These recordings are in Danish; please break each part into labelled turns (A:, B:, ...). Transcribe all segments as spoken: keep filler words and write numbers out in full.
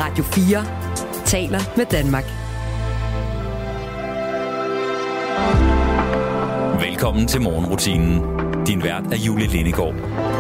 A: Radio fire taler med Danmark.
B: Velkommen til morgenrutinen. Din vært er Julie Lindegård.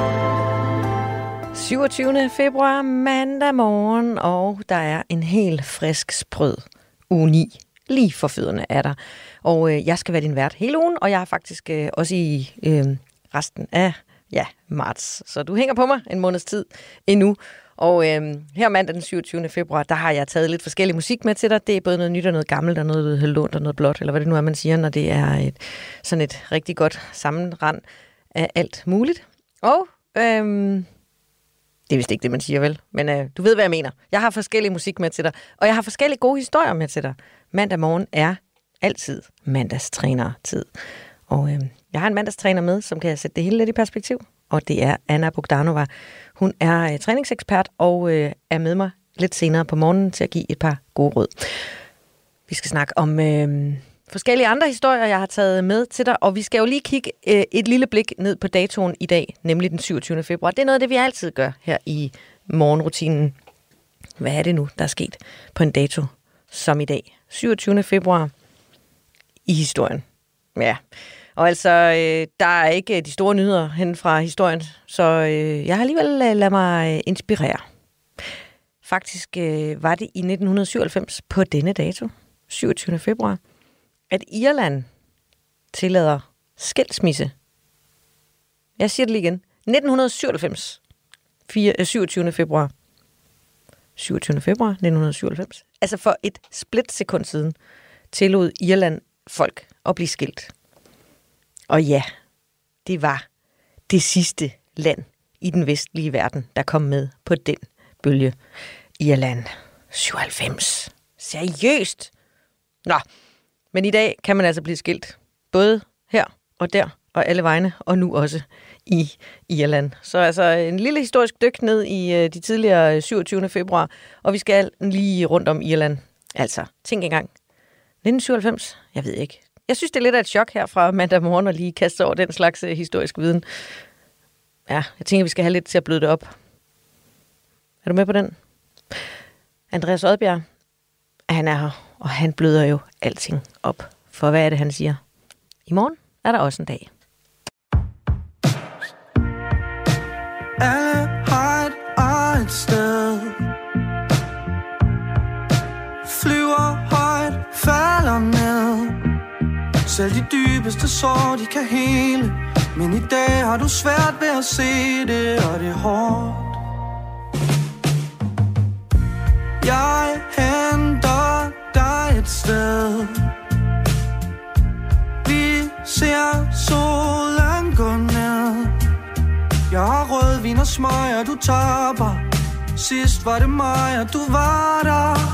C: syvogtyvende februar, mandag morgen, og der er en helt frisk sprød uge ni. Lige for fødderne er der. Og øh, jeg skal være din vært hele ugen, og jeg er faktisk øh, også i øh, resten af ja, marts. Så du hænger på mig en måneds tid endnu. Og øh, her mandag den syvogtyvende februar, der har jeg taget lidt forskellig musik med til dig. Det er både noget nyt og noget gammelt, og noget lånt og noget blåt, eller hvad det nu er, man siger, når det er et, sådan et rigtig godt sammenrend af alt muligt. Og øh, det er vist ikke det, man siger, vel? Men øh, du ved, hvad jeg mener. Jeg har forskellig musik med til dig, og jeg har forskellige gode historier med til dig. Mandag morgen er altid mandagstræner-tid. Og øh, jeg har en mandagstræner med, som kan sætte det hele lidt i perspektiv. Og det er Anna Bogdanova. Hun er øh, træningsekspert og øh, er med mig lidt senere på morgenen til at give et par gode råd. Vi skal snakke om øh, forskellige andre historier, jeg har taget med til dig. Og vi skal jo lige kigge øh, et lille blik ned på datoen i dag, nemlig den syvogtyvende februar. Det er noget af det, vi altid gør her i morgenrutinen. Hvad er det nu, der er sket på en dato som i dag? syvogtyvende februar i historien. Ja, og altså, øh, der er ikke de store nyheder hen fra historien, så øh, jeg har alligevel øh, ladet mig inspirere. Faktisk øh, var det i nitten syvoghalvfems på denne dato, syvogtyvende februar, at Irland tillader skilsmisse. Jeg siger det lige igen. nitten syvoghalvfems, syvogtyvende februar. syvogtyvende februar nitten syvoghalvfems. Altså for et splitsekund siden tillod Irland folk at blive skilt. Og ja, det var det sidste land i den vestlige verden, der kom med på den bølge. Irland syvoghalvfems. Seriøst? Nå, men i dag kan man altså blive skilt. Både her og der og alle vegne, og nu også i Irland. Så altså en lille historisk dyk ned i øh, de tidligere syvogtyvende februar, og vi skal lige rundt om Irland. Altså, tænk engang. nitten syvoghalvfems? Jeg ved ikke. Jeg synes, det er lidt af et chok her fra mandag morgen at lige kaste over den slags øh, historisk viden. Ja, jeg tænker, vi skal have lidt til at bløde det op. Er du med på den? Andreas Odbjerg, han er her, og han bløder jo alting op. For hvad er det, han siger? I morgen er der også en dag.
D: Alle har et eget sted. Flyver højt, falder ned. Selv de dybeste sår, de kan hele. Men i dag har du svært ved at se det, og det er hårdt. Jeg henter dig et sted. Vi ser solen gå ned. Jeg har rødvin og smøger, du tapper. Sidst var det mig, og du var der.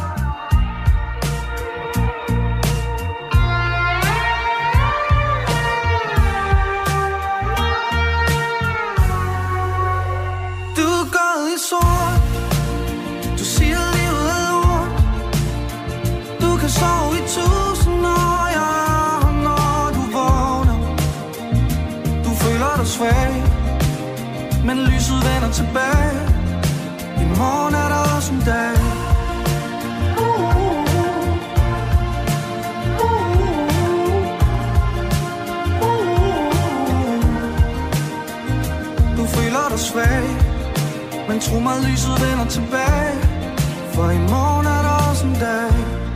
D: Sort. Du siger livet er lort. Du kan sove i tusind år, ja, når du vågner. Du føler dig svag, men lyset vender tilbage. I morgen er der også en dag. Du føler dig svag, men tro mig, lyset vender tilbage. For i morgen er der også en dag.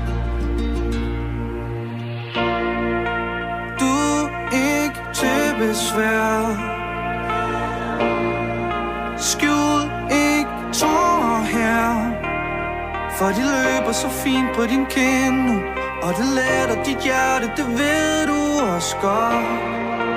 D: Du er ikke til besvær. Skjul ikke tårer her. For de løber så fint på din kind nu. Og det letter dit hjerte, det ved du også godt.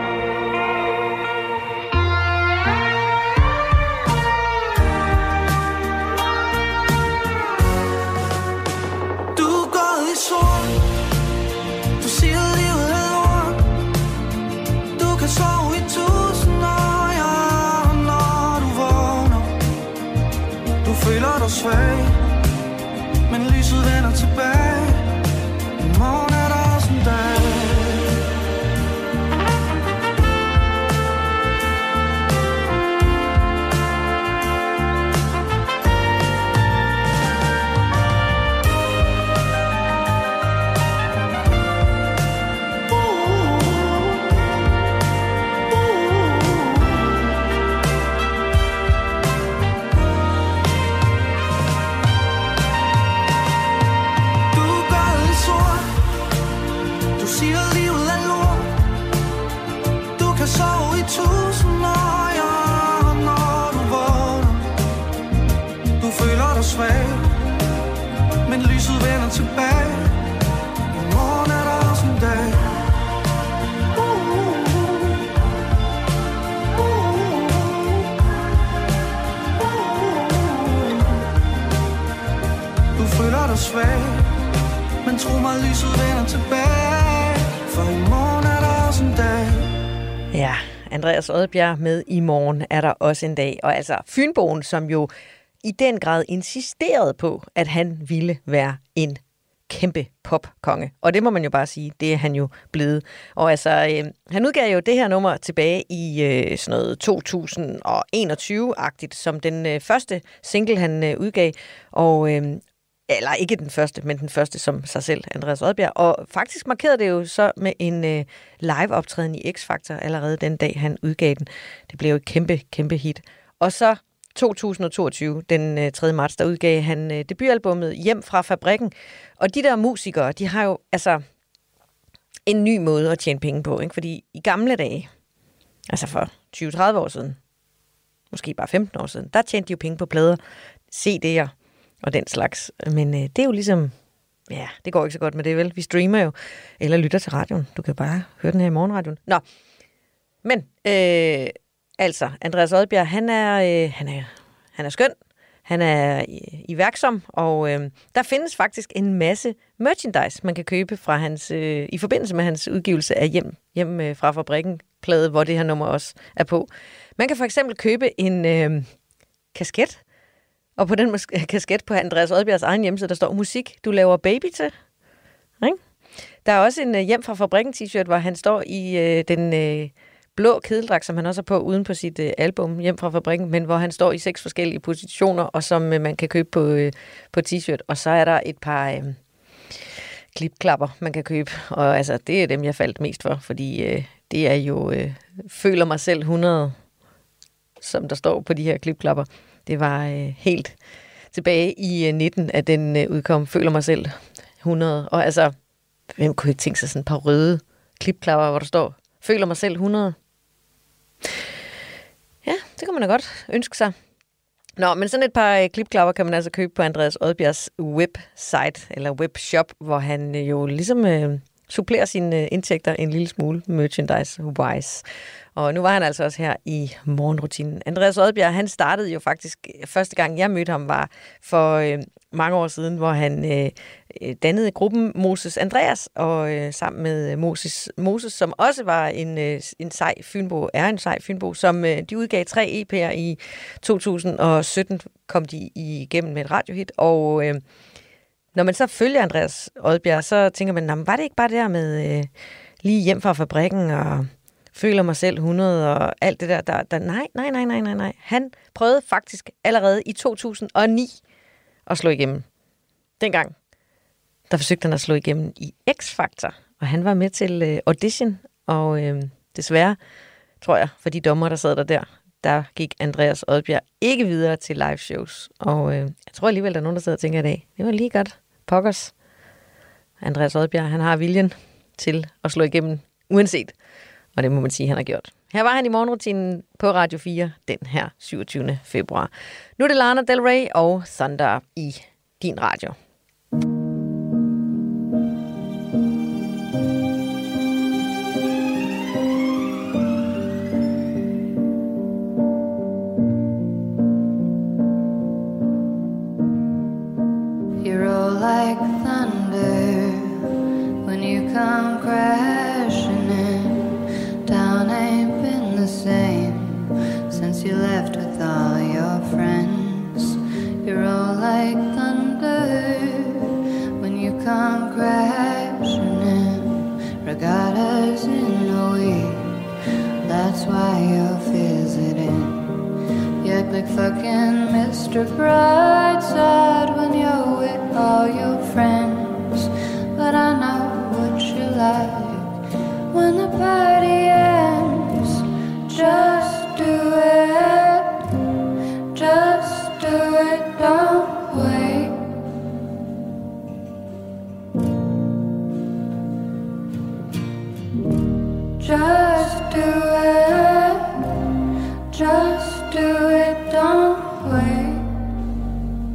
D: Svag, men lyset vender tilbage. I morgen er der også en dag. føler dig svag, men lyset vender tilbage. I morgen er der også en dag. Du føler dig svag, men tro mig, lyset vender tilbage. For i morgen er der også en dag.
C: Ja, Andreas Odbjerg med I morgen er der også en dag. Og altså Fynboen, som jo i den grad insisterede på, at han ville være en kæmpe popkonge. Og det må man jo bare sige, det er han jo blevet. Og altså, øh, han udgav jo det her nummer tilbage i øh, sådan noget to tusind enogtyve-agtigt, som den øh, første single, han øh, udgav. Og, øh, eller ikke den første, men den første som sig selv, Andreas Odbjerg. Og faktisk markerede det jo så med en øh, live-optræden i X-Factor allerede den dag, han udgav den. Det blev jo et kæmpe, kæmpe hit. Og så to tusind toogtyve, den tredje marts, der udgav han øh, debutalbummet Hjem fra fabrikken. Og de der musikere, de har jo altså en ny måde at tjene penge på, ikke? Fordi i gamle dage, altså for tyve til tredive år siden, måske bare femten år siden, der tjente de jo penge på plader, C D'er og den slags. Men øh, det er jo ligesom, ja, det går ikke så godt med det, vel? Vi streamer jo, eller lytter til radioen. Du kan bare høre den her i morgenradioen. Nå, men øh, altså, Andreas Odbjerg, han er, øh, han er, han er skøn, han er iværksom, og øh, der findes faktisk en masse merchandise, man kan købe fra hans, øh, i forbindelse med hans udgivelse af Hjem, hjem øh, fra fabrikken plade, hvor det her nummer også er på. Man kan for eksempel købe en øh, kasket, og på den kasket på Andreas Odbjergs egen hjemmeside, der står musik, du laver baby til. Ikke? Der er også en øh, Hjem fra fabrikken t-shirt, hvor han står i øh, den øh, blå kedeldragt, som han også er på uden på sit øh, album Hjem fra fabrikken, men hvor han står i seks forskellige positioner, og som øh, man kan købe på, øh, på t-shirt. Og så er der et par øh, klipklapper, man kan købe. Og altså, det er dem, jeg faldt mest for, fordi øh, det er jo øh, føler mig selv hundrede, som der står på de her klipklapper. Det var øh, helt tilbage i øh, nitten, at den øh, udkom Føler mig selv hundrede. Og altså, hvem kunne ikke tænke sig sådan et par røde klipklapper, hvor der står Føler mig selv hundrede? Ja, det kan man da godt ønske sig. Nå, men sådan et par øh, klipklapper kan man altså købe på Andreas Odbjergs website, eller webshop, hvor han øh, jo ligesom øh, supplerer sine øh, indtægter en lille smule merchandise-wise. Og nu var han altså også her i morgenrutinen. Andreas Odbjerg, han startede jo faktisk, første gang jeg mødte ham, var for øh, mange år siden, hvor han øh, dannede gruppen Moses Andreas, og øh, sammen med Moses, Moses, som også var en, øh, en sej fynbo, er en sej fynbo, som øh, de udgav tre E P'er i to tusind sytten, kom de igennem med et radiohit, og øh, når man så følger Andreas Odbjerg, så tænker man, var det ikke bare det der med øh, lige Hjem fra fabrikken og Føler mig selv hundrede og alt det der, der, der nej, nej, nej, nej, nej, nej. Han prøvede faktisk allerede i to tusind ni at slå igennem. Dengang, der forsøgte han at slå igennem i X-Factor, og han var med til øh, audition, og øh, desværre, tror jeg, for de dommer, der sad der der, der gik Andreas Odbjerg ikke videre til live shows. Og øh, jeg tror alligevel, der er nogen, der sidder og tænker i dag, det var lige godt. Pokkers. Andreas Odbjerg, han har viljen til at slå igennem, uanset. Og det må man sige, han har gjort. Her var han i morgenrutinen på Radio fire den her syvogtyvende februar. Nu er det Lana Del Rey og Thunder i din radio.
E: You're all like thunder when you come crashing in. Down ain't been the same since you left with all your friends. You're all like thunder when you come crashing in. Regattas in a week, that's why you're visiting. You act like fucking Mister Brightside when you're with all your friends. But I know what you like. When the party ends, just do it, just do it, don't wait. Just do it, just do it, don't wait.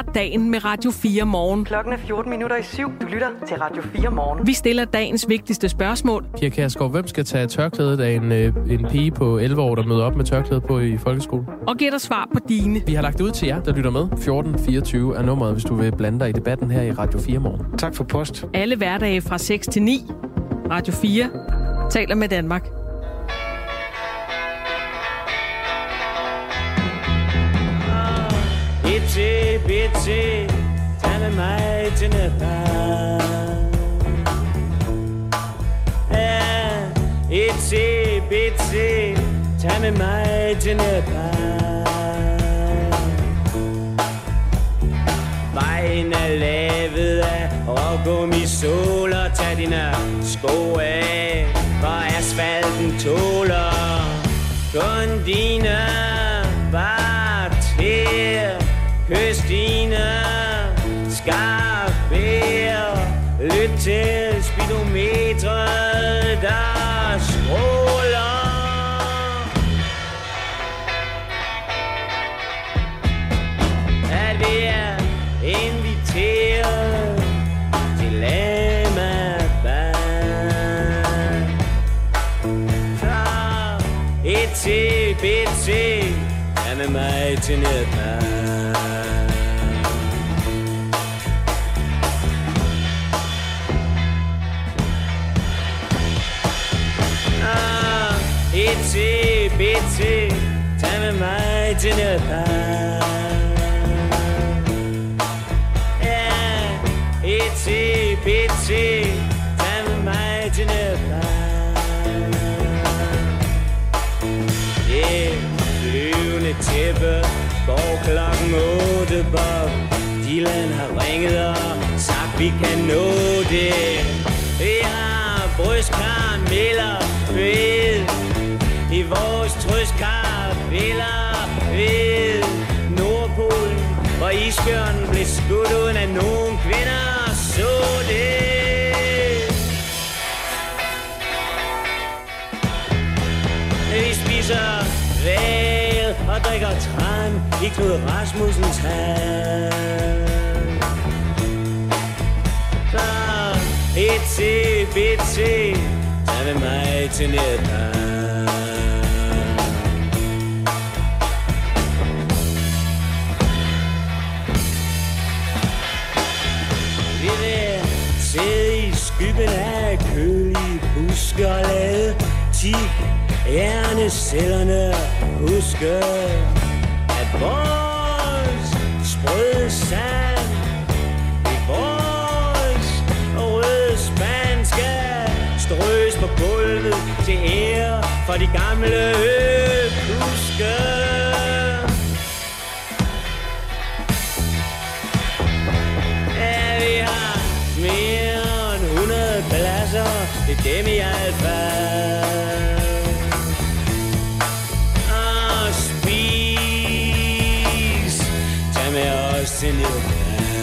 F: dagen med Radio fire Morgen.
C: Klokken er fjorten minutter i syv. Du lytter til Radio fire Morgen.
F: Vi stiller dagens vigtigste spørgsmål.
G: Pia Kjærsgaard, hvem skal tage tørklædet af en, øh, en pige på elleve år, der møder op med tørklædet på i folkeskole?
F: Og giver dig svar på dine.
G: Vi har lagt det ud til jer, der lytter med. fjorten fireogtyve er nummeret, hvis du vil blande dig i debatten her i Radio fire Morgen.
H: Tak for post.
F: Alle hverdage fra seks til ni. Radio fire taler med Danmark.
I: Bitte, bitte, tag med mig til Nepal. Ja, bitte, bitte, tag med mig til Nepal. Vejen er lavet af rågummi, sol, og tag dine sko af, for asfalten tåler kun dine barter. Kys dine skarpere, lyt til speedometret, der skråler. At vi er inviteret til Lamabad. Så et til, et til, er med mig til Nepal. Bitte, bitte, tag med mig til Nepal. Ja, bitte, bitte, tag med mig til Nepal. Det flyvende tæppe går klokken otte, Bob Dylan har ringet og sagt, vi kan nå det. Vi har brystkarameller ved i vores trøstkarameller ved Nordpolen, hvor isbjørnen blev skudt uden at nogen kvinder så det. Vi spiser væl og drikker tran i Knud Rasmussens hal. Så et til, et til, tag med mig til Nepal. Vi vil sidde i skyggen af kølige buske og lade tik hjernecellerne huske, at vores sprøde sand i vores røde spand skal strøs på gulvet til ære for de gamle buske. Ja, vi har mere end hundrede pladser, det er dem i hvert fald. Og spis, tag med os til Nepal.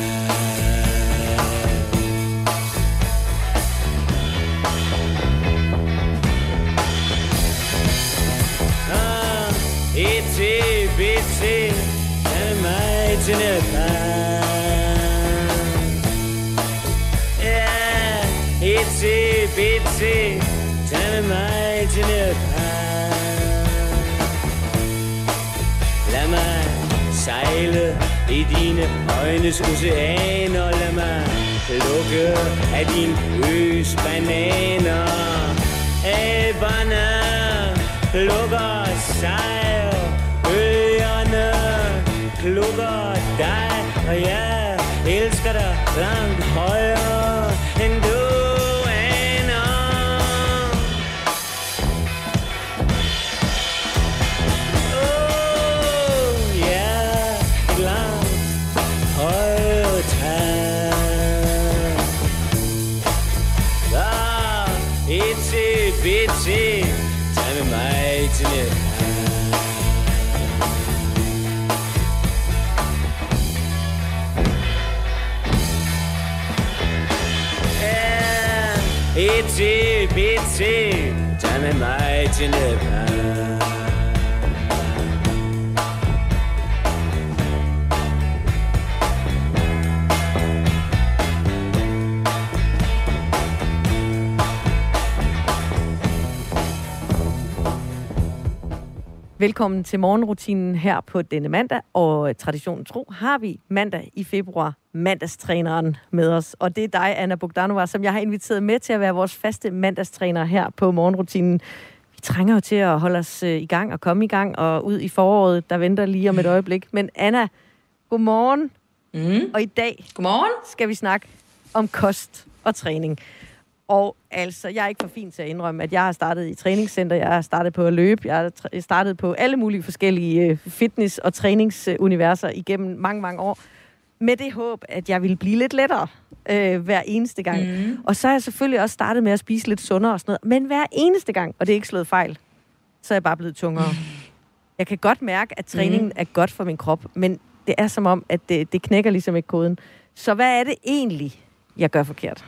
I: Et til, et til, tag med mig til Nepal. Ja, et til, et til, tag med mig til Nepal. Lad mig sejle i dine øjnes oceaner. Lad mig lukke af din øs bananer. Æberne lukker sig, øerne klukker dig, og jeg elsker dig langt højere end du aner. Oh, ja, et langt højere tag. Så et til, et til, tag med mig til Nepal. Et til, et til, tag med mig til Nepal.
C: Velkommen til morgenrutinen her på denne mandag, og traditionen tro har vi mandag i februar mandagstræneren med os. Og det er dig, Anna Bogdanova, som jeg har inviteret med til at være vores faste mandagstræner her på morgenrutinen. Vi trænger jo til at holde os i gang og komme i gang og ud i foråret, der venter lige om et øjeblik. Men Anna, godmorgen.
H: Mm.
C: Og i dag
H: godmorgen.
C: skal vi snakke om kost og træning. Og altså, jeg er ikke for fin til at indrømme, at jeg har startet i træningscenter, jeg har startet på at løbe, jeg har startet på alle mulige forskellige fitness- og træningsuniverser igennem mange, mange år. Med det håb, at jeg ville blive lidt lettere øh, hver eneste gang. Mm. Og så har jeg selvfølgelig også startet med at spise lidt sundere og sådan noget. Men hver eneste gang, og det er ikke slået fejl, så er jeg bare blevet tungere. Mm. Jeg kan godt mærke, at træningen mm. er godt for min krop, men det er som om, at det, det knækker ligesom ikke koden. Så hvad er det egentlig, jeg gør forkert?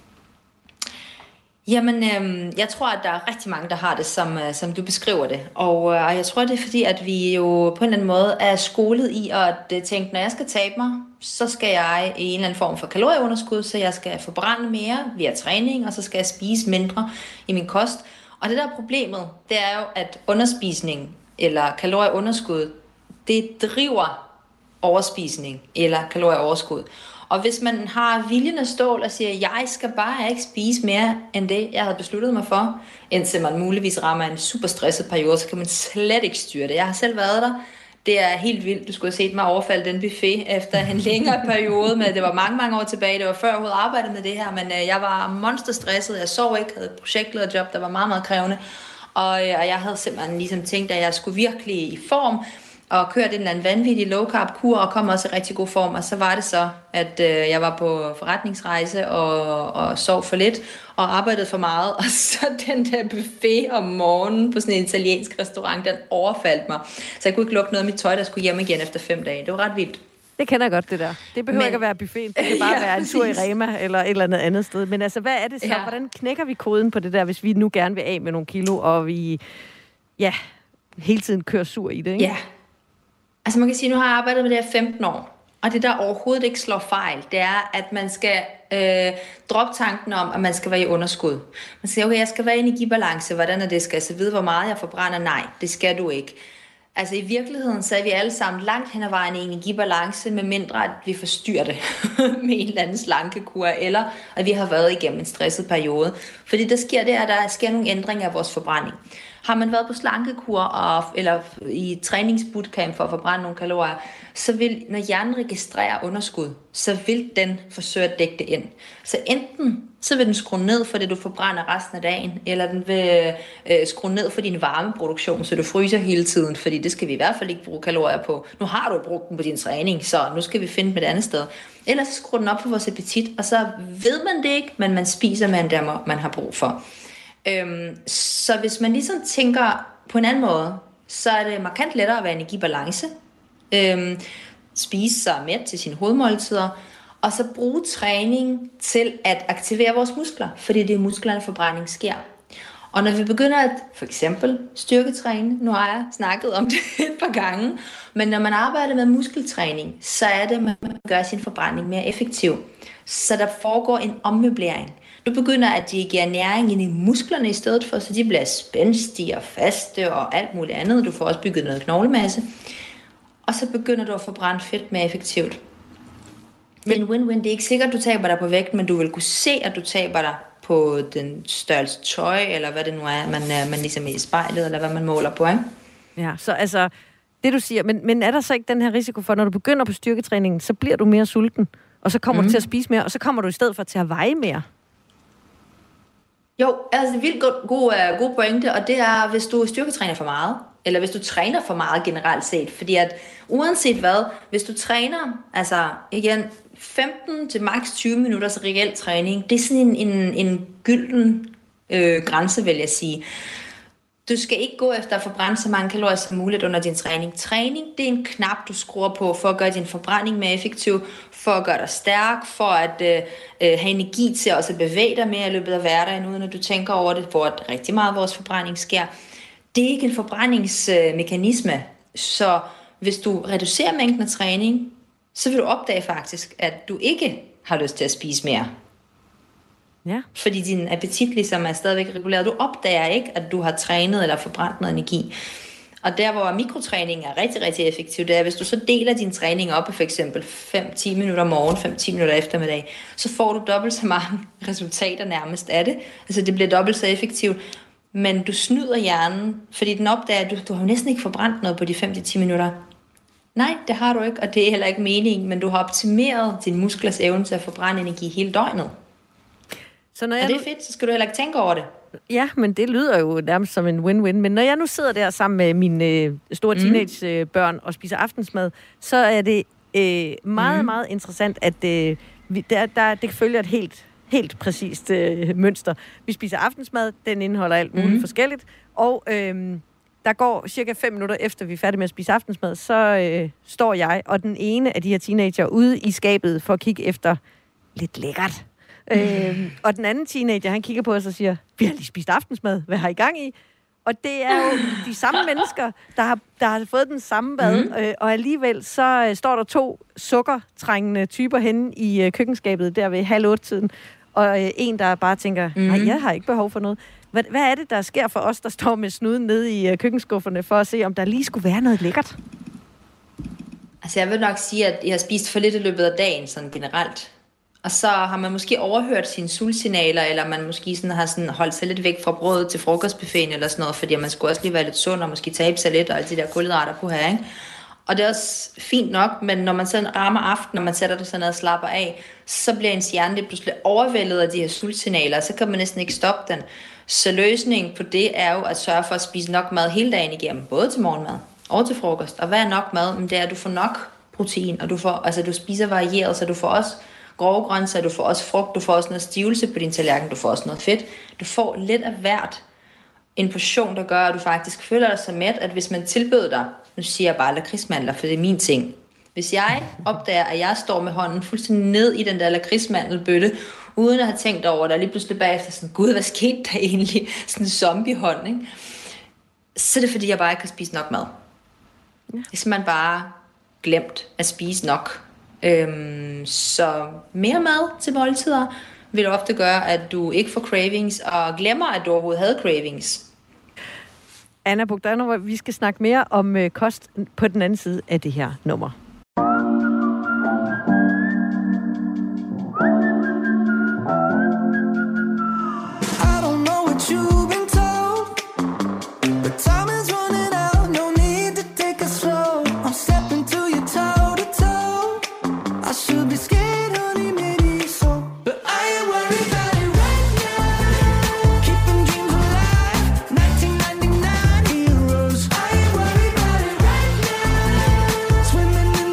H: Jamen, øhm, jeg tror, at der er rigtig mange, der har det, som, øh, som du beskriver det. Og øh, jeg tror, det er fordi, at vi jo på en eller anden måde er skolet i at tænke, når jeg skal tabe mig, så skal jeg i en eller anden form for kalorieunderskud, så jeg skal forbrænde mere via træning, og så skal jeg spise mindre i min kost. Og det der er problemet, det er jo, at underspisning eller kalorieunderskud, det driver overspisning eller kalorieoverskud. Og hvis man har viljen af stål og siger, jeg skal bare ikke spise mere end det, jeg havde besluttet mig for, indtil man muligvis rammer en super stresset periode, så kan man slet ikke styre det. Jeg har selv været der. Det er helt vildt. Du skulle have set mig overfalde den buffet efter en længere periode, men det var mange, mange år tilbage. Det var før jeg overhovedet arbejdede med det her, men jeg var monsterstresset. Jeg sov ikke, havde et projektlederjob, der var meget, meget krævende. Og, og jeg havde simpelthen ligesom tænkt, at jeg skulle virkelig i form, og kørte en eller anden vanvittig low carb kur og kom også i rigtig god form. Og så var det så, at øh, jeg var på forretningsrejse og, og sov for lidt og arbejdede for meget. Og så den der buffet om morgenen på sådan en italiensk restaurant, den overfaldt mig. Så jeg kunne ikke lukke noget af mit tøj, der skulle hjem igen efter fem dage. Det var ret vildt.
C: Det kender jeg godt, det der. Det behøver Men, ikke at være buffet. Det kan bare ja, være en tur i Rema eller et eller andet andet sted. Men altså, hvad er det så? Ja. Hvordan knækker vi koden på det der, hvis vi nu gerne vil af med nogle kilo, og vi ja, hele tiden kører sur i det, ikke?
H: Ja. Altså man kan sige, nu har jeg arbejdet med det her femten år, og det der overhovedet ikke slår fejl, det er, at man skal øh, droppe tanken om, at man skal være i underskud. Man siger, okay, jeg skal være i energibalance, hvordan er det? Skal jeg så vide, hvor meget jeg forbrænder? Nej, det skal du ikke. Altså i virkeligheden, så er vi alle sammen langt hen ad vejen i energibalance, med mindre at vi forstyrrer det med en eller anden slankekur, eller at vi har været igennem en stresset periode. Fordi der sker det, at der sker nogle ændringer af vores forbrænding. Har man været på slankekur og, eller i træningsbootcamp for at forbrænde nogle kalorier, så vil, når hjernen registrerer underskud, så vil den forsøge at dække det ind. Så enten så vil den skrue ned for det, du forbrænder resten af dagen, eller den vil øh, skrue ned for din varmeproduktion, så du fryser hele tiden, fordi det skal vi i hvert fald ikke bruge kalorier på. Nu har du brugt dem på din træning, så nu skal vi finde dem et andet sted. Ellers så skruer den op for vores appetit, og så ved man det ikke, men man spiser med det, man har brug for. Øhm, så hvis man ligesom tænker på en anden måde, så er det markant lettere at være i energibalance, øhm, spise sig mæt til sine hovedmåltider, og så bruge træning til at aktivere vores muskler, fordi det er musklerne forbrænding sker. Og når vi begynder at for eksempel styrketræne, nu har jeg snakket om det et par gange, men når man arbejder med muskeltræning, så er det, at man gør sin forbrænding mere effektiv. Så der foregår en ommøblering. Du begynder at dirigere næring ind i musklerne i stedet for, så de bliver spændstige og faste og alt muligt andet. Du får også bygget noget knoglemasse. Og så begynder du at forbrænde fedt mere effektivt. Men win-win, det er ikke sikkert, at du taber dig på vægt, men du vil kunne se, at du taber dig på den størrelse tøj, eller hvad det nu er, man, man ligesom er i spejlet, eller hvad man måler på, ikke?
C: Ja, så altså, det du siger, men, men er der så ikke den her risiko for, når du begynder på styrketræningen, så bliver du mere sulten, og så kommer mm. du til at spise mere, og så kommer du i stedet for til at veje mere?
H: Jo, altså det er vildt god, god, uh, god pointe, og det er, hvis du styrketræner for meget, eller hvis du træner for meget generelt set, fordi at uanset hvad, hvis du træner, altså igen, femten til maks tyve minutters reel træning, det er sådan en, en, en gylden øh, grænse, vil jeg sige. Du skal ikke gå efter at forbrænde så mange kalorier som muligt under din træning. Træning, det er en knap, du skruer på for at gøre din forbrænding mere effektiv, for at gøre dig stærk, for at øh, have energi til at også bevæge dig mere i løbet af hverdagen, uden at du tænker over det, hvor at rigtig meget af vores forbrænding sker. Det er ikke en forbrændingsmekanisme, så hvis du reducerer mængden af træning, så vil du opdage faktisk, at du ikke har lyst til at spise mere.
C: Ja.
H: Fordi din appetit ligesom er stadigvæk reguleret. Du opdager ikke, at du har trænet eller forbrændt noget energi. Og der, hvor mikrotræning er rigtig, rigtig effektiv, det er, hvis du så deler din træning op i for eksempel fem til ti minutter morgen, fem til ti minutter eftermiddag, så får du dobbelt så mange resultater nærmest af det. Altså det bliver dobbelt så effektivt, men du snyder hjernen, fordi den opdager, at du, du har næsten ikke forbrændt noget på de fem til ti minutter. Nej, det har du ikke, og det er heller ikke meningen, men du har optimeret din musklers evne til at forbrænde energi hele døgnet.
C: Så når jeg
H: og det er
C: nu...
H: fedt, så skal du heller ikke tænke over det.
C: Ja, men det lyder jo nærmest som en win-win. Men når jeg nu sidder der sammen med mine øh, store teenagebørn mm. og spiser aftensmad, så er det øh, meget, mm. meget interessant, at øh, vi, der, der, det følger et helt, helt præcist øh, mønster. Vi spiser aftensmad, den indeholder alt muligt mm. forskelligt, og øh, der går cirka fem minutter efter, vi er færdige med at spise aftensmad, så øh, står jeg og den ene af de her teenager ude i skabet for at kigge efter lidt lækkert. Øhm, og den anden teenager, han kigger på os og siger, vi har lige spist aftensmad, hvad har I gang i? Og det er jo de samme mennesker, der har, der har fået den samme bad, mm. øh, og alligevel så øh, står der to sukkertrængende typer henne i øh, køkkenskabet der ved halv otte-tiden, og øh, en, der bare tænker, nej, mm. jeg har ikke behov for noget. Hvad, hvad er det, der sker for os, der står med snuden nede i øh, køkkenskufferne, for at se, om der lige skulle være noget lækkert?
H: Altså jeg vil nok sige, at jeg har spist for lidt i løbet af dagen, sådan generelt. Og så har man måske overhørt sine sultsignaler, eller man måske sådan har sådan holdt sig lidt væk fra brødet til frokostbuffeten eller sådan noget, fordi man skulle også lige være lidt sund og måske tabe sig lidt og alle de der kulhydrater på her, ikke? Og det er også fint nok, men når man sådan rammer aften, når man sætter det sådan ned og slapper af, så bliver ens hjerne lidt pludselig overvældet af de her sultsignaler, og så kan man næsten ikke stoppe den. Så løsningen på det er jo at sørge for at spise nok mad hele dagen igennem, både til morgenmad og til frokost. Og hvad er nok mad? Men det er, at du får nok protein, og du får, altså du spiser varieret, så du får også grove grøntsager, du får også frugt, du får også noget stivelse på din tallerken, du får også noget fedt. Du får lidt af hvert en portion, der gør, at du faktisk føler dig så mæt, at hvis man tilbød dig, nu siger jeg bare lakridsmandler, for det er min ting. Hvis jeg opdager, at jeg står med hånden fuldstændig ned i den der lakridsmandelbøtte, uden at have tænkt over det, og lige pludselig bagefter sådan, gud, hvad skete der egentlig? Sådan en zombiehånd, ikke? Så er det, fordi jeg bare ikke kan spise nok mad. Ja. Det er simpelthen bare glemt at spise nok. Øhm, så mere mad til måltider vil ofte gøre, at du ikke får cravings, og glemmer, at du overhovedet havde cravings.
C: Anna Bogdanova, vi skal snakke mere om øh, kost på den anden side af det her nummer.
D: Swimming in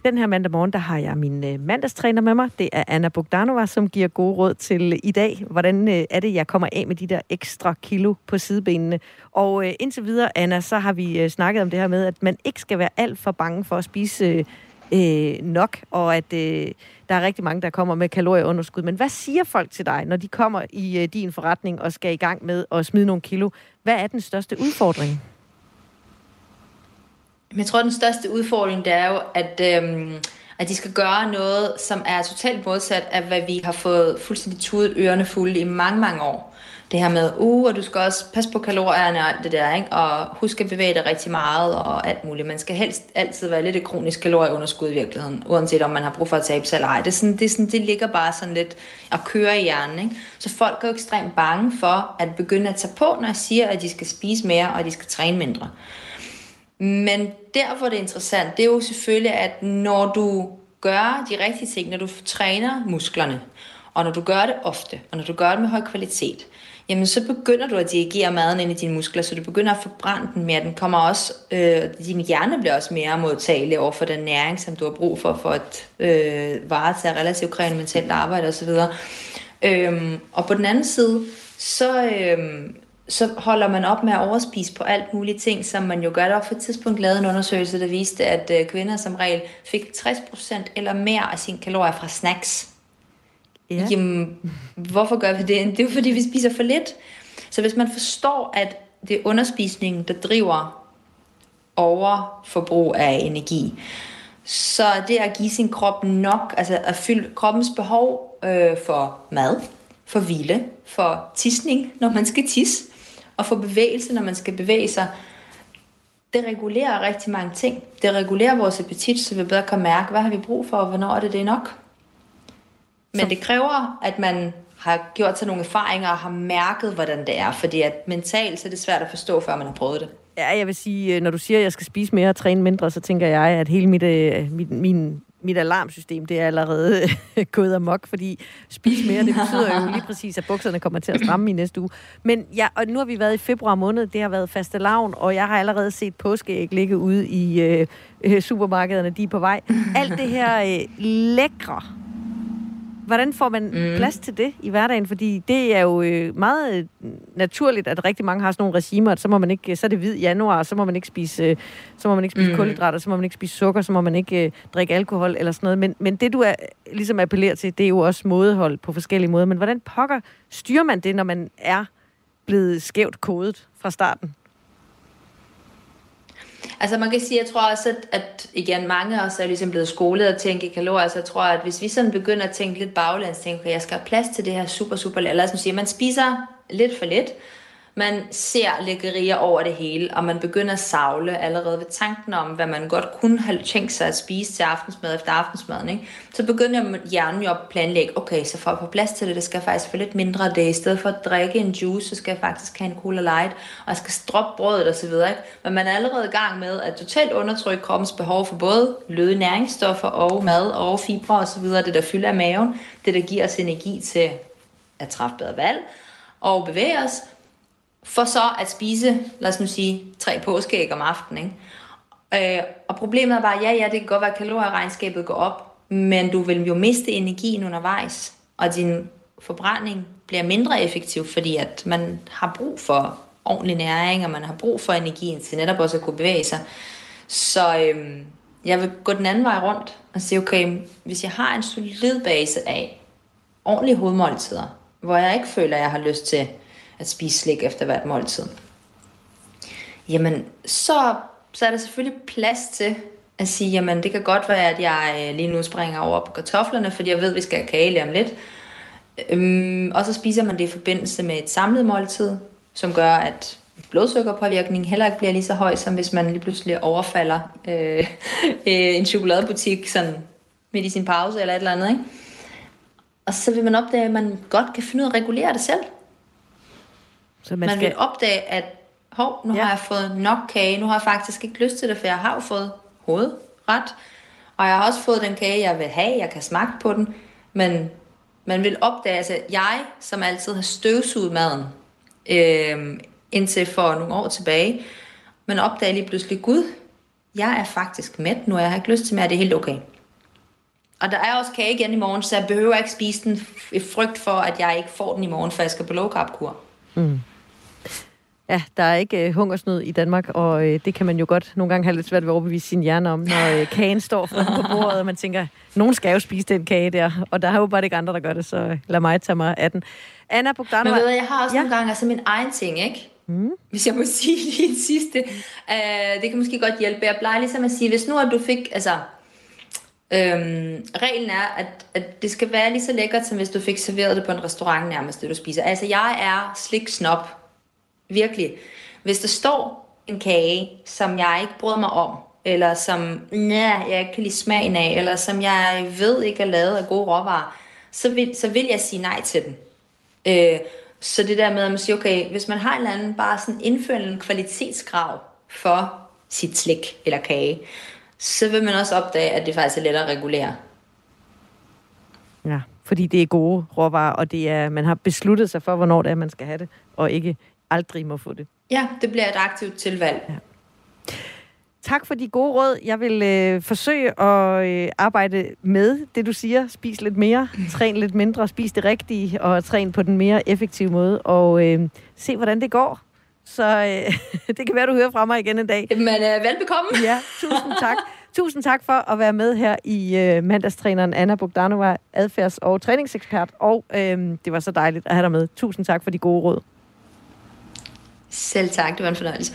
C: den her mandag morgen, der har jeg min øh, mandagstræner med mig. Det er Anna Bogdanova, som giver gode råd til øh, i dag. Hvordan øh, er det, jeg kommer af med de der ekstra kilo på sidebenene? Og øh, indtil videre, Anna, så har vi øh, snakket om det her med, at man ikke skal være alt for bange for at spise øh, øh, nok, og at øh, der er rigtig mange, der kommer med kalorieunderskud. Men hvad siger folk til dig, når de kommer i øh, din forretning og skal i gang med at smide nogle kilo? Hvad er den største udfordring?
H: Jeg tror, den største udfordring, det er jo, at, øhm, at de skal gøre noget, som er totalt modsat af, hvad vi har fået fuldstændig tudet ørerne fulde i mange, mange år. Det her med, uh, og du skal også passe på kalorierne og alt det der, ikke? Og husk at bevæge dig rigtig meget og alt muligt. Man skal helst altid være lidt et kronisk kalorieunderskud i virkeligheden, uanset om man har brug for at tabe sig eller ej. Det, er sådan, det, er sådan, det ligger bare sådan lidt at køre i hjernen, ikke? Så folk er jo ekstremt bange for at begynde at tage på, når jeg siger, at de skal spise mere og de skal træne mindre. Men der, hvor det er interessant, det er jo selvfølgelig, at når du gør de rigtige ting, når du træner musklerne, og når du gør det ofte, og når du gør det med høj kvalitet, jamen så begynder du at dirigere maden ind i dine muskler, så du begynder at forbrænde den mere. Den kommer også, øh, din hjerne bliver også mere modtagelig over for den næring, som du har brug for, for at øh, varetage relativt krævende mentalt arbejde osv. Øhm, og på den anden side, så... Øh, så holder man op med at overspise på alt mulige ting, som man jo gør. Der var for et tidspunkt lavet en undersøgelse, der viste, at kvinder som regel fik tres procent eller mere af sine kalorier fra snacks. Ja. Jamen, hvorfor gør vi det? Det er jo fordi, vi spiser for lidt. Så hvis man forstår, at det er underspisningen, der driver overforbrug af energi, så det at give sin krop nok, altså at fylde kroppens behov øh, for mad, for hvile, for tisning, når man skal tisse, og for bevægelse, når man skal bevæge sig, det regulerer rigtig mange ting. Det regulerer vores appetit, så vi bedre kan mærke, hvad har vi brug for, og hvornår er det, det er nok. Men så... det kræver, at man har gjort sig nogle erfaringer og har mærket, hvordan det er, fordi at mentalt så er det svært at forstå, før man har prøvet det.
C: Ja, jeg vil sige, når du siger, at jeg skal spise mere og træne mindre, så tænker jeg, at hele mit, mit, min, mit alarmsystem, det er allerede gået amok, fordi spise mere, det betyder jo lige præcis, at bukserne kommer til at stramme i næste uge. Men ja, og nu har vi været i februar måned, det har været fastelavn, og jeg har allerede set påskeæg ligge ude i øh, supermarkederne, de er på vej. Alt det her øh, lækre. Hvordan får man mm. plads til det i hverdagen? Fordi det er jo øh, meget naturligt, at rigtig mange har sådan nogle regimer, at så må man ikke, så er det hvid januar, så må man ikke spise, øh, så må man ikke spise mm. kulhydrater, så må man ikke spise sukker, så må man ikke øh, drikke alkohol eller sådan noget. Men, men det, du er, ligesom appellerer til, det er jo også mådehold på forskellige måder. Men hvordan pokker styrer man det, når man er blevet skævt kodet fra starten?
H: Altså man kan sige, jeg tror også, at, at igen, mange af os er ligesom blevet skolet at tænke i kalorier, så jeg tror, at hvis vi sådan begynder at tænke lidt baglæns, tænker okay, jeg skal have plads til det her super, super, lad os nu sige, man spiser lidt for lidt, man ser lækkerier over det hele, og man begynder at savle allerede ved tanken om, hvad man godt kunne have tænkt sig at spise til aftensmad efter aftensmaden, ikke? Så begynder hjernen jo at planlægge, okay, så for at få plads til det, det skal faktisk få lidt mindre af det. I stedet for at drikke en juice, så skal jeg faktisk have en Cola Light, og jeg skal droppe brødet og så videre, ikke? Men man er allerede i gang med at totalt undertrykke kroppens behov for både løde næringsstoffer og mad og fibre og så videre, det der fylder af maven, det der giver os energi til at træffe bedre valg og bevæge os, for så at spise, lad os nu sige, tre påskeæg om aftenen, ikke? Øh, og problemet er bare, ja, ja, det kan godt være, at kalorieregnskabet går op, men du vil jo miste energien undervejs, og din forbrænding bliver mindre effektiv, fordi at man har brug for ordentlig næring, og man har brug for energien til netop også at kunne bevæge sig. Så øhm, jeg vil gå den anden vej rundt og sige, okay, hvis jeg har en solid base af ordentlige hovedmåltider, hvor jeg ikke føler, at jeg har lyst til at spise slik efter hvert måltid, jamen så, så er der selvfølgelig plads til at sige, jamen det kan godt være, at jeg lige nu springer over på kartoflerne, fordi jeg ved, at vi skal have kage lige om lidt. Øhm, og så spiser man det i forbindelse med et samlet måltid, som gør, at blodsukkerpåvirkningen heller ikke bliver lige så høj, som hvis man lige pludselig overfalder øh, en chokoladebutik sådan midt i sin pause eller et eller andet, ikke? Og så vil man opdage, at man godt kan finde ud af at regulere det selv. Så man, man skal... vil opdage, at hov, nu ja. har jeg fået nok kage, nu har jeg faktisk ikke lyst til det, for jeg har jo fået hovedret, og jeg har også fået den kage, jeg vil have, jeg kan smage på den, men man vil opdage, altså jeg, som altid har støvsuget maden, øh, indtil for nogle år tilbage, man opdager lige pludselig, gud, jeg er faktisk mæt nu, jeg har ikke lyst til mere, det er helt okay. Og der er også kage igen i morgen, så jeg behøver ikke spise den i frygt for, at jeg ikke får den i morgen, for jeg skal på low carb kur.
C: Mm. Ja, der er ikke øh, hungersnød i Danmark, og øh, det kan man jo godt nogle gange have lidt svært ved at overbevise sin hjerne om, når øh, kagen står foran på bordet, og man tænker, nogen skal jo spise den kage der, og der er jo bare ikke andre, der gør det, så lad mig tage mig af den. Anna Bogdanova.
H: Men ved jeg, jeg har også ja. nogle gange altså min egen ting, ikke? Mm. Hvis jeg må sige lige det sidste. Uh, det kan måske godt hjælpe. Jeg plejer ligesom at sige, hvis nu at du fik, altså, øhm, reglen er, at, at det skal være lige så lækkert, som hvis du fik serveret det på en restaurant nærmest, det du spiser. Altså, jeg er slik-snop. Virkelig. Hvis der står en kage, som jeg ikke bryder mig om, eller som næh, jeg ikke kan lide smagen af, eller som jeg ved ikke er lavet af gode råvarer, så vil, så vil jeg sige nej til den. Øh, så det der med, at man siger, okay, hvis man har en eller anden, bare sådan indført en kvalitetskrav for sit slik eller kage, så vil man også opdage, at det faktisk er lettere at regulere.
C: Ja, fordi det er gode råvarer, og det er, man har besluttet sig for, hvornår det er, man skal have det, og ikke aldrig må få det.
H: Ja, det bliver et aktivt tilvalg. Ja.
C: Tak for de gode råd. Jeg vil øh, forsøge at øh, arbejde med det, du siger. Spis lidt mere, træn lidt mindre, spis det rigtige, og træn på den mere effektive måde, og øh, se, hvordan det går. Så øh, det kan være, du hører fra mig igen en dag.
H: Men øh, velbekomme.
C: Ja, tusind tak. Tusind tak for at være med her i øh, mandagstræneren Anna Bogdanova, adfærds- og træningsekspert, og øh, det var så dejligt at have dig med. Tusind tak for de gode råd.
H: Selv tak, det var en fornøjelse.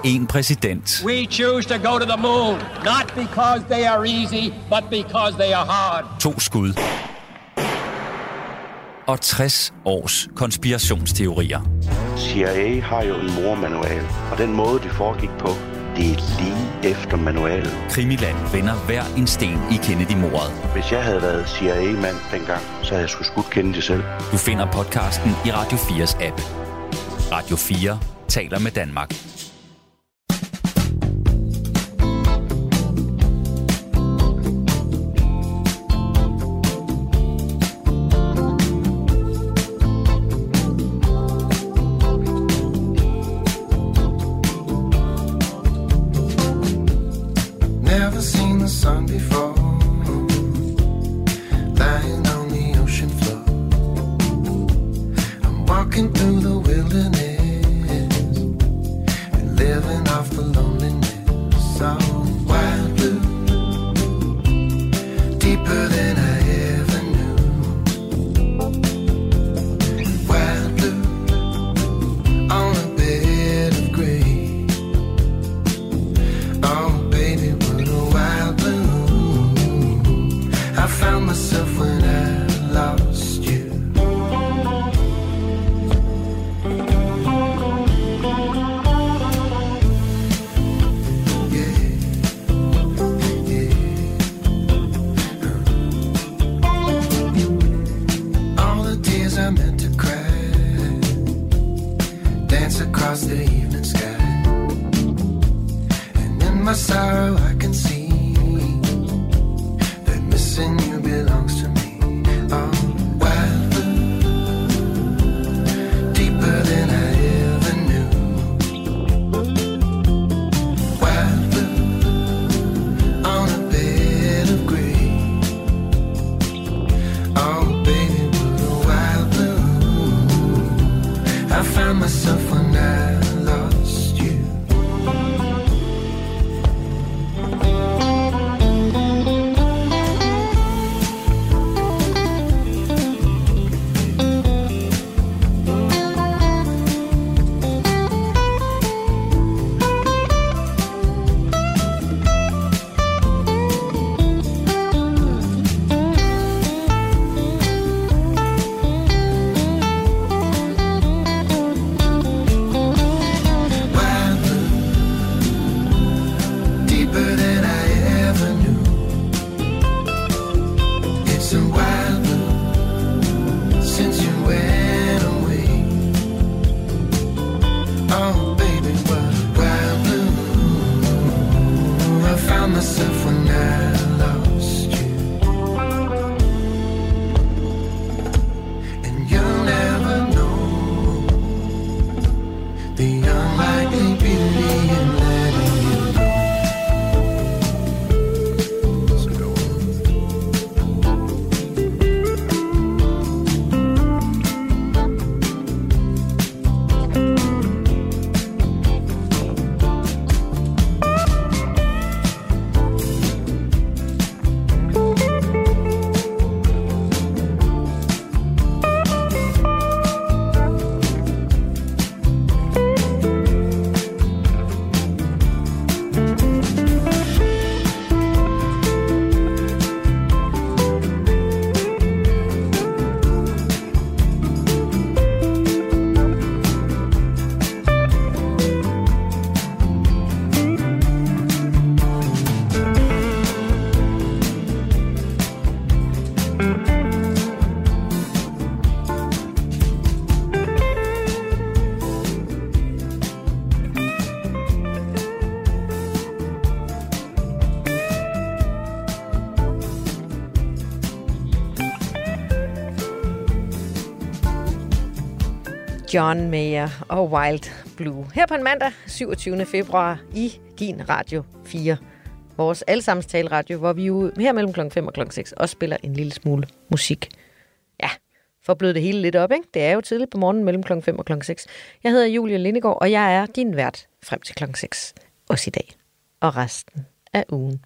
B: en præsident.
J: We choose to go to the moon, not because they are easy, but because they are hard.
B: To skud. Og tres års konspirationsteorier.
K: C I A har jo en mormanual, og den måde, det foregik på, det er lige efter manualen.
B: Krimiland vender hver en sten i Kennedy-mordet.
K: Hvis jeg havde været C I A-mand dengang, så havde jeg sgu skudt Kennedy selv.
B: Du finder podcasten i Radio fires app. Radio fire taler med Danmark.
L: Never seen the sun before, lying on the ocean floor. I'm walking through the wilderness and living off the loneliness of wild blue, deeper than I ever knew. Wild blue on a bed of gray. Oh baby, wild blue. I found myself when I lost you. Yeah, yeah. All the tears I meant to cry dance across the evening sky, and in my sorrow I can see missing you belongs to me. Oh, wild blue, deeper than I ever knew. Wild blue, on a bed of gray. Oh, baby, what a wild blue. I found myself when I lost you.
C: John Mayer og Wild Blue. Her på en mandag, syvogtyvende februar, i din Radio fire. Vores allesammens taleradio, hvor vi jo her mellem klokken fem og klokken seks også spiller en lille smule musik. Ja, for at bløde det hele lidt op, ikke? Det er jo tidligt på morgenen mellem klokken fem og klokken seks. Jeg hedder Julie Lindegaard, og jeg er din vært frem til klokken seks. Også i dag. Og resten af ugen.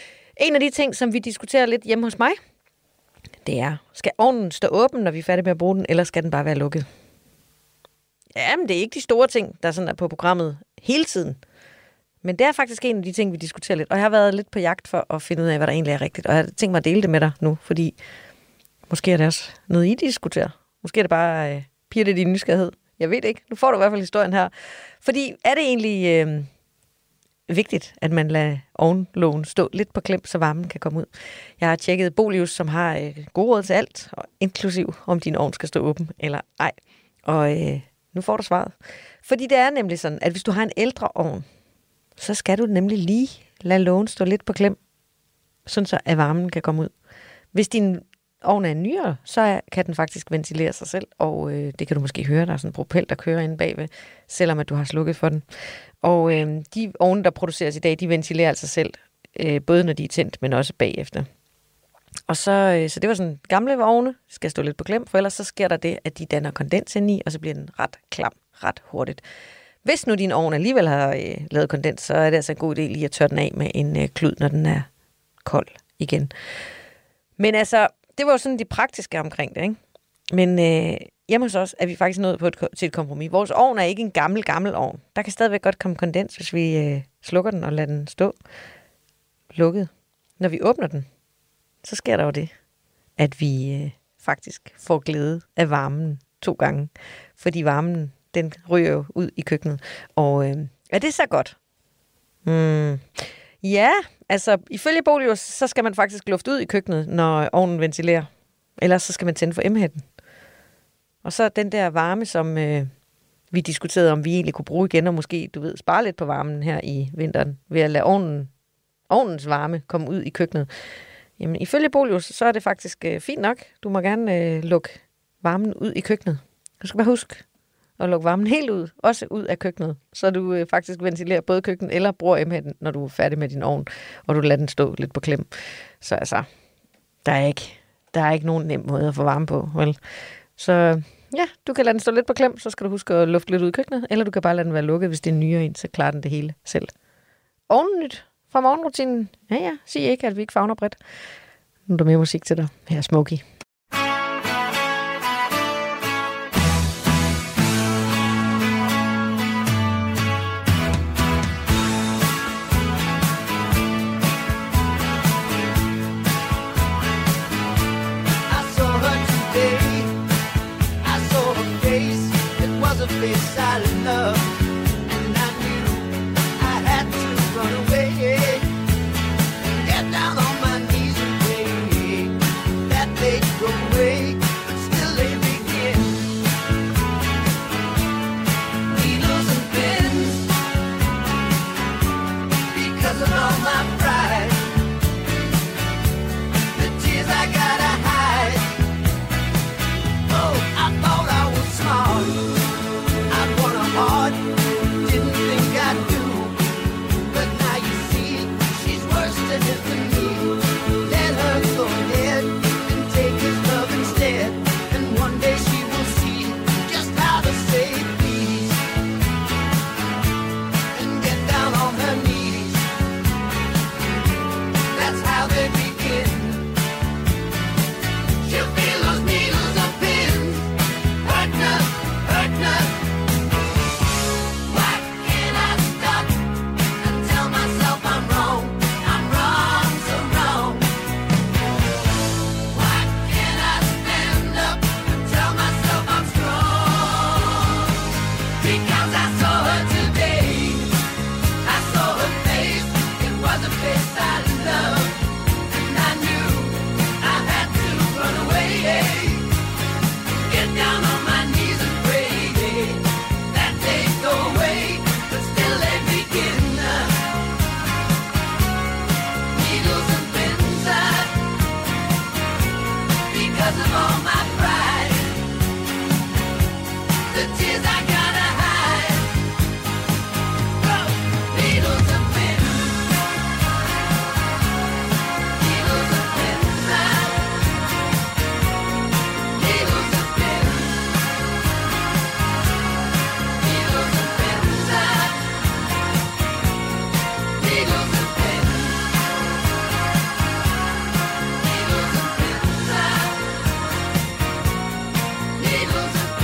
C: En af de ting, som vi diskuterer lidt hjemme hos mig, det er, skal ovnen stå åben, når vi er færdige med at bruge den, eller skal den bare være lukket? Jamen, det er ikke de store ting, der sådan er på programmet hele tiden. Men det er faktisk en af de ting, vi diskuterer lidt. Og jeg har været lidt på jagt for at finde ud af, hvad der egentlig er rigtigt. Og jeg har tænkt mig at dele det med dig nu, fordi måske er det også noget, I diskuterer. Måske er det bare øh, piger det din nysgerrighed. Jeg ved det ikke. Nu får du i hvert fald historien her. Fordi er det egentlig øh, vigtigt, at man lader ovenlågen stå lidt på klem, så varmen kan komme ud? Jeg har tjekket Bolius, som har øh, gode råd til alt, og inklusiv om din ovn skal stå åben eller ej. Og øh, nu får du svaret. Fordi det er nemlig sådan, at hvis du har en ældre ovn, så skal du nemlig lige lade lågen stå lidt på klem, sådan så at varmen kan komme ud. Hvis din ovn er nyere, så kan den faktisk ventilere sig selv, og øh, det kan du måske høre, der er sådan en propel, der kører inde bagved, selvom at du har slukket for den. Og øh, de ovne, der produceres i dag, de ventilerer altså selv, øh, både når de er tændt, men også bagefter. Og så, øh, så det var sådan, gamle ovne skal stå lidt på klem, for ellers så sker der det, at de danner kondens ind i, og så bliver den ret klam, ret hurtigt. Hvis nu din ovn alligevel har øh, lavet kondens, så er det altså en god idé lige at tørre den af med en øh, klud, når den er kold igen. Men altså, det var jo sådan de praktiske omkring det, ikke? Men øh, hjemme hos os er vi faktisk nået på et, til et kompromis. Vores ovn er ikke en gammel, gammel ovn. Der kan stadigvæk godt komme kondens, hvis vi øh, slukker den og lader den stå lukket. Når vi åbner den, så sker der jo det, at vi øh, faktisk får glæde af varmen to gange. Fordi varmen, den ryger jo ud i køkkenet. Og øh, er det så godt? Hmm. Ja, altså ifølge Bolius, så skal man faktisk lufte ud i køkkenet, når ovnen ventilerer. Ellers så skal man tænde for emhætten. Og så den der varme, som øh, vi diskuterede, om vi egentlig kunne bruge igen, og måske, du ved, spare lidt på varmen her i vinteren, ved at lade ovnen, ovnens varme komme ud i køkkenet. Jamen ifølge Bolius, så er det faktisk øh, fint nok. Du må gerne øh, lukke varmen ud i køkkenet. Du skal bare huske at lukke varmen helt ud, også ud af køkkenet, så du øh, faktisk ventilerer både køkkenet eller bruger emhætten, når du er færdig med din ovn, og du lader den stå lidt på klem. Så altså, der er ikke, der er ikke nogen nem måde at få varme på, vel? Så ja, du kan lade den stå lidt på klem, så skal du huske at lufte lidt ud i køkkenet, eller du kan bare lade den være lukket, hvis det er en nyere en, så klarer den det hele selv. Ovennyt fra morgenrutinen. Ja, ja, sig ikke, at vi ikke favner bredt. Nu er der mere musik til dig. Her er Smokey.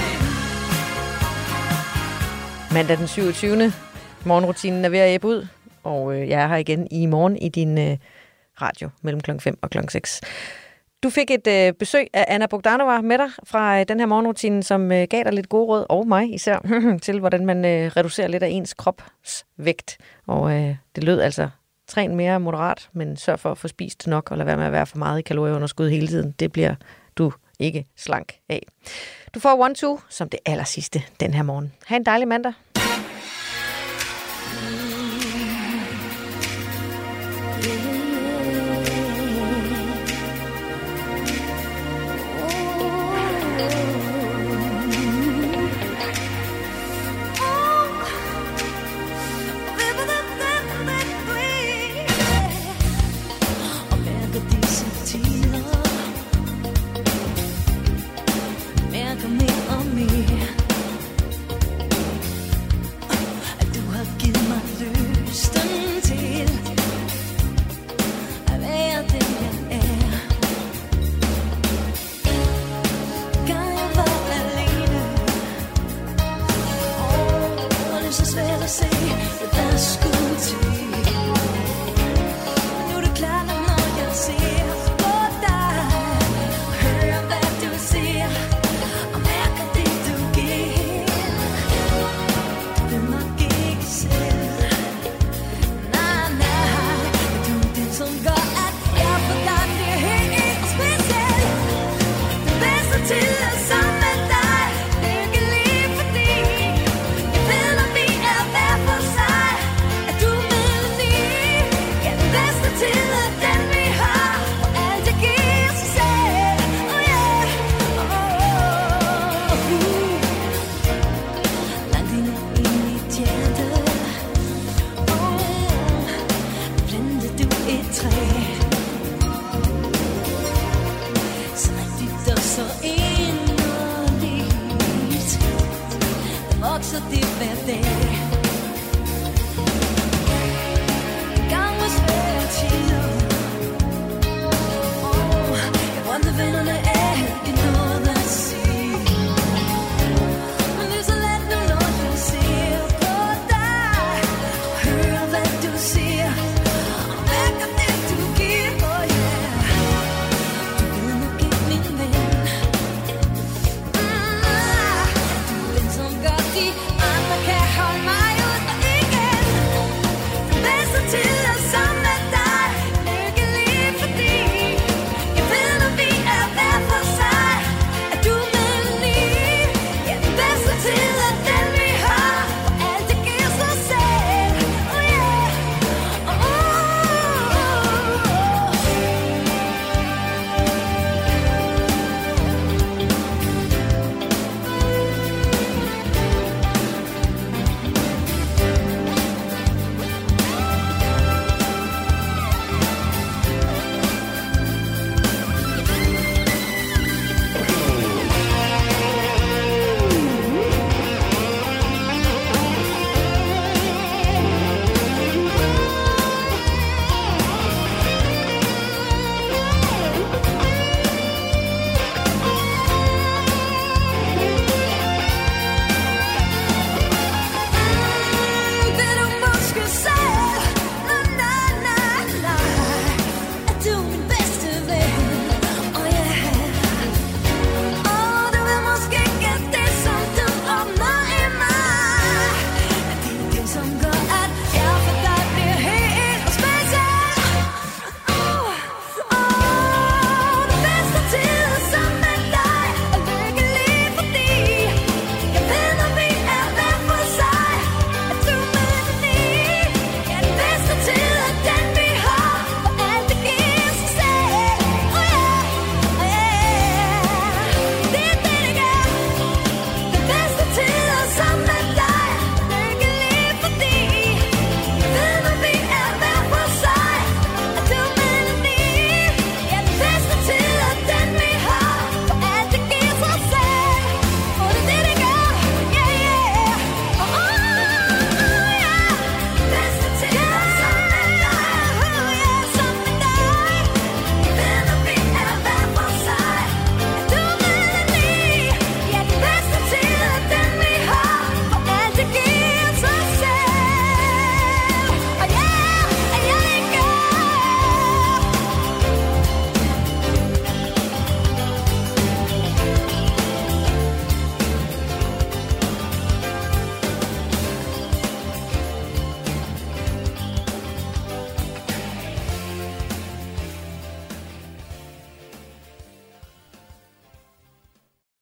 C: Mandag den syvogtyvende Morgenrutinen er ved at æbbe ud. og øh, jeg er her igen i morgen i din øh, radio mellem klokken fem og klokken seks. Du fik et øh, besøg af Anna Bogdanova med dig fra øh, den her morgenrutine, som øh, gav dig lidt gode råd, og mig især, til hvordan man øh, reducerer lidt af ens kropsvægt. Og øh, det lød altså, træn mere moderat, men sørg for at få spist nok, og lad være med at være for meget i kalorieunderskud hele tiden. Det bliver du ikke slank af. Du får one two som det aller sidste den her morgen. Ha' en dejlig mandag.
M: Så det hver dag.